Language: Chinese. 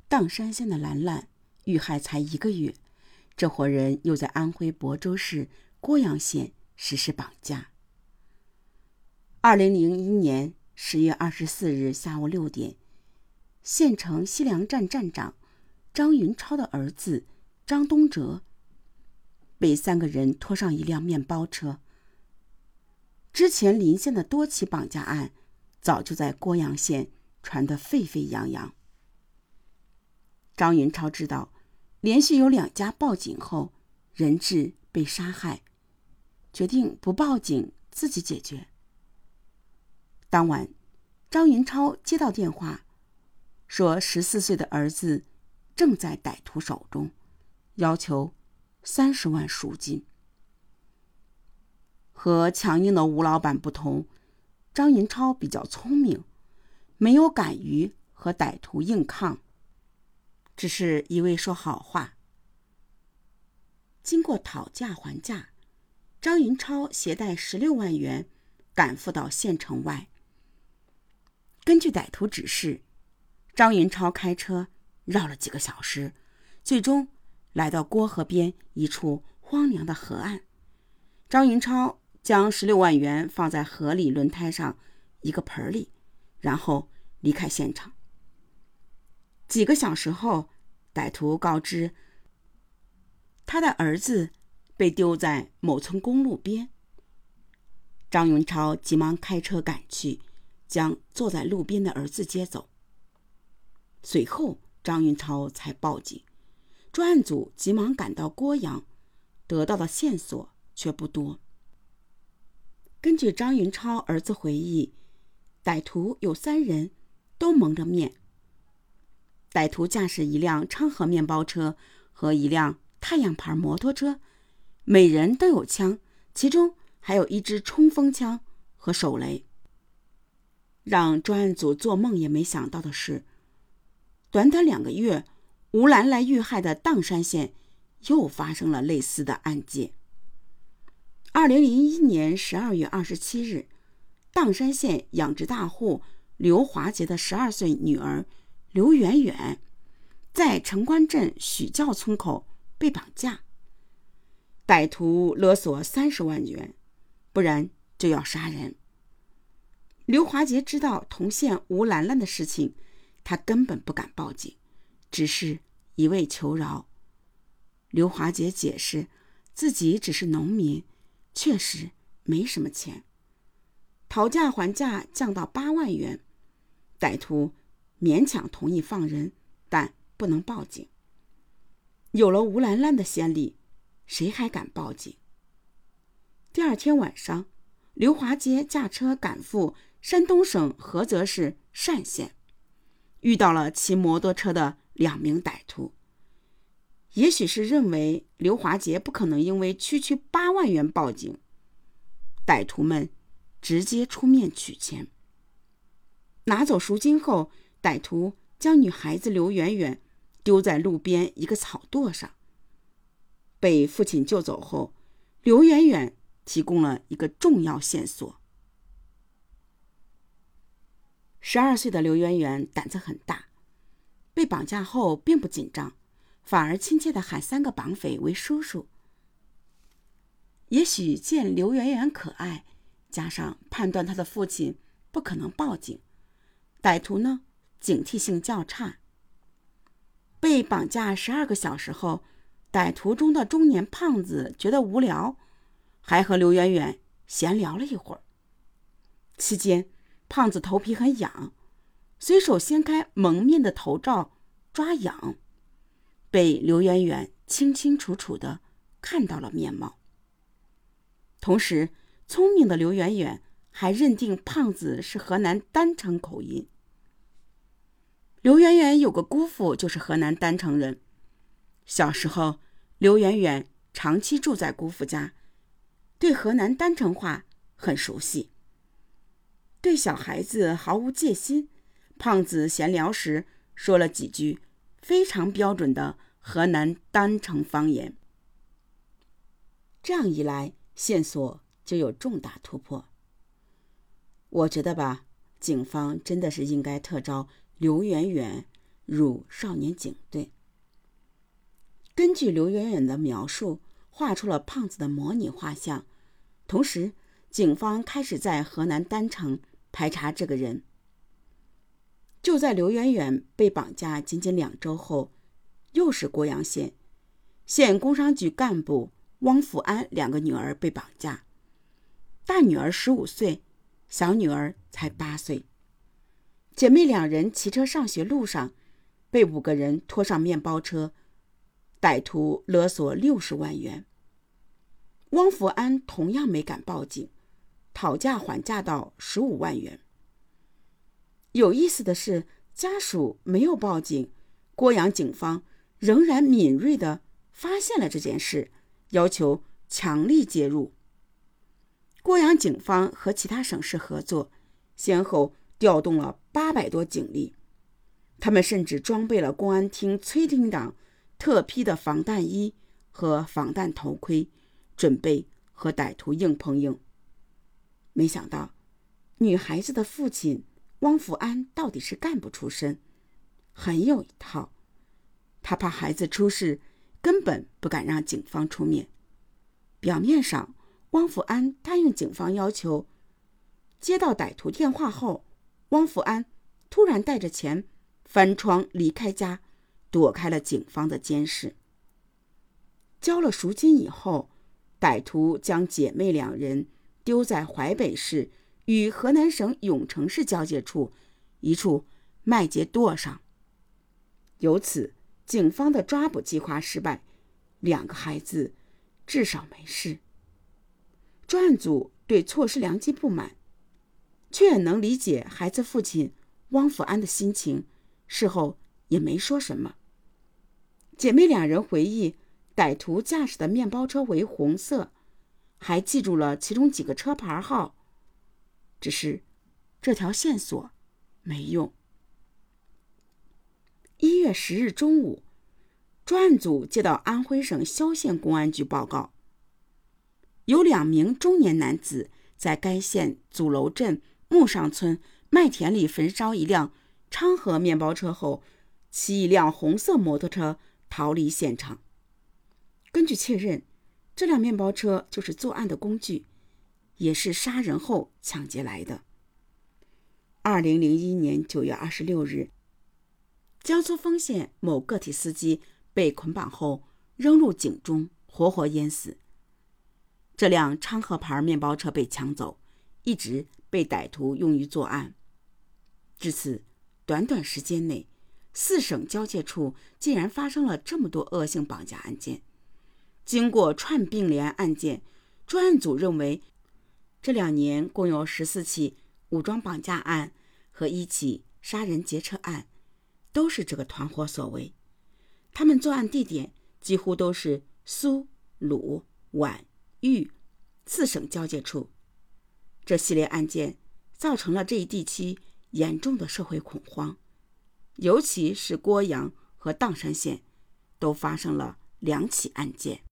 砀山县的兰兰遇害才1个月，这伙人又在安徽亳州市郭阳县实施绑架。2001年10月24日下午6点，县城西凉站站长张云超的儿子张东哲被3个人拖上一辆面包车。之前临县的多起绑架案早就在郭阳县传得沸沸扬扬。张云超知道连续有2家报警后人质被杀害，决定不报警自己解决。当晚，张云超接到电话，说14岁的儿子正在歹徒手中，要求30万赎金。和强硬的吴老板不同，张云超比较聪明，没有敢于和歹徒硬抗，只是一味说好话。经过讨价还价，张云超携带16万元赶赴到县城外。根据歹徒指示，张云超开车绕了几个小时，最终来到郭河边一处荒凉的河岸。张云超将16万元放在河里轮胎上一个盆里，然后离开现场。几个小时后，歹徒告知他的儿子被丢在某村公路边。张云超急忙开车赶去，将坐在路边的儿子接走。随后张云超才报警，专案组急忙赶到郭阳，得到的线索却不多。根据张云超儿子回忆，歹徒有3人都蒙着面。歹徒驾驶一辆昌河面包车和一辆太阳牌摩托车，每人都有枪，其中还有1支冲锋枪和手雷。让专案组做梦也没想到的是，短短2个月，吴兰兰遇害的砀山县又发生了类似的案件。2001年12月27日，砀山县养殖大户刘华杰的12岁女儿刘媛媛在城关镇许教村口被绑架，歹徒勒索30万元，不然就要杀人。刘华杰知道同县吴兰兰的事情，他根本不敢报警，只是一味求饶。刘华杰解释自己只是农民，确实没什么钱。讨价还价降到8万元，歹徒勉强同意放人，但不能报警。有了吴兰兰的先例，谁还敢报警？第2天晚上，刘华杰驾车赶赴山东省菏泽市单县，遇到了骑摩托车的2名歹徒。也许是认为刘华杰不可能因为区区8万元报警，歹徒们直接出面取钱。拿走赎金后，歹徒将女孩子刘媛媛丢在路边一个草垛上。被父亲救走后，刘媛媛提供了一个重要线索。12岁的刘媛媛胆子很大，被绑架后并不紧张，反而亲切地喊3个绑匪为叔叔。也许见刘媛媛可爱，加上判断她的父亲不可能报警，歹徒呢警惕性较差。被绑架12个小时后，歹徒中的中年胖子觉得无聊，还和刘媛媛闲聊了一会儿。期间胖子头皮很痒，随手掀开蒙面的头罩抓痒，被刘媛媛清清楚楚地看到了面貌。同时聪明的刘媛媛还认定胖子是河南郸城口音。刘媛媛有个姑父就是河南郸城人，小时候刘媛媛长期住在姑父家，对河南郸城话很熟悉。对小孩子毫无戒心，胖子闲聊时说了几句非常标准的河南郸城方言。这样一来，线索就有重大突破。我觉得吧，警方真的是应该特招刘媛媛、 入少年警队。根据刘媛媛的描述，画出了胖子的模拟画像，同时警方开始在河南郸城排查这个人。就在刘媛媛被绑架仅仅2周后，又是郭阳县县工商局干部汪福安2个女儿被绑架，大女儿15岁，小女儿才8岁。姐妹2人骑车上学路上，被5个人拖上面包车，歹徒勒索60万元。汪福安同样没敢报警，讨价还价到15万元。有意思的是，家属没有报警，郭阳警方仍然敏锐地发现了这件事，要求强力介入。郭阳警方和其他省市合作，先后调动了800多警力，他们甚至装备了公安厅崔厅长特批的防弹衣和防弹头盔，准备和歹徒硬碰硬。没想到，女孩子的父亲汪福安到底是干部出身，很有一套。他怕孩子出事，根本不敢让警方出面。表面上，汪福安答应警方要求。接到歹徒电话后，汪福安突然带着钱翻窗离开家，躲开了警方的监视。交了赎金以后，歹徒将姐妹2人丢在淮北市与河南省永城市交界处一处麦秸垛上。由此，警方的抓捕计划失败，2个孩子至少没事。专案组对错失良机不满，却也能理解孩子父亲汪福安的心情，事后也没说什么。姐妹2人回忆，歹徒驾驶的面包车为红色，还记住了其中几个车牌号，只是这条线索没用。1月10日中午，专案组接到安徽省萧县公安局报告，有2名中年男子在该县祖楼镇木上村麦田里焚烧一辆昌河面包车后，骑一辆红色摩托车逃离现场。根据确认，这辆面包车就是作案的工具，也是杀人后抢劫来的。2001年9月26日，江苏丰县某个体司机被捆绑后扔入井中，活活淹死。这辆昌河牌面包车被抢走，一直被歹徒用于作案。至此，短短时间内，4省交界处竟然发生了这么多恶性绑架案件。经过串并联案件，专案组认为，这2年共有14起武装绑架案和1起杀人劫车案，都是这个团伙所为。他们作案地点几乎都是苏、鲁、皖、豫4省交界处。这系列案件造成了这一地区严重的社会恐慌，尤其是郭阳和砀山县都发生了2起案件。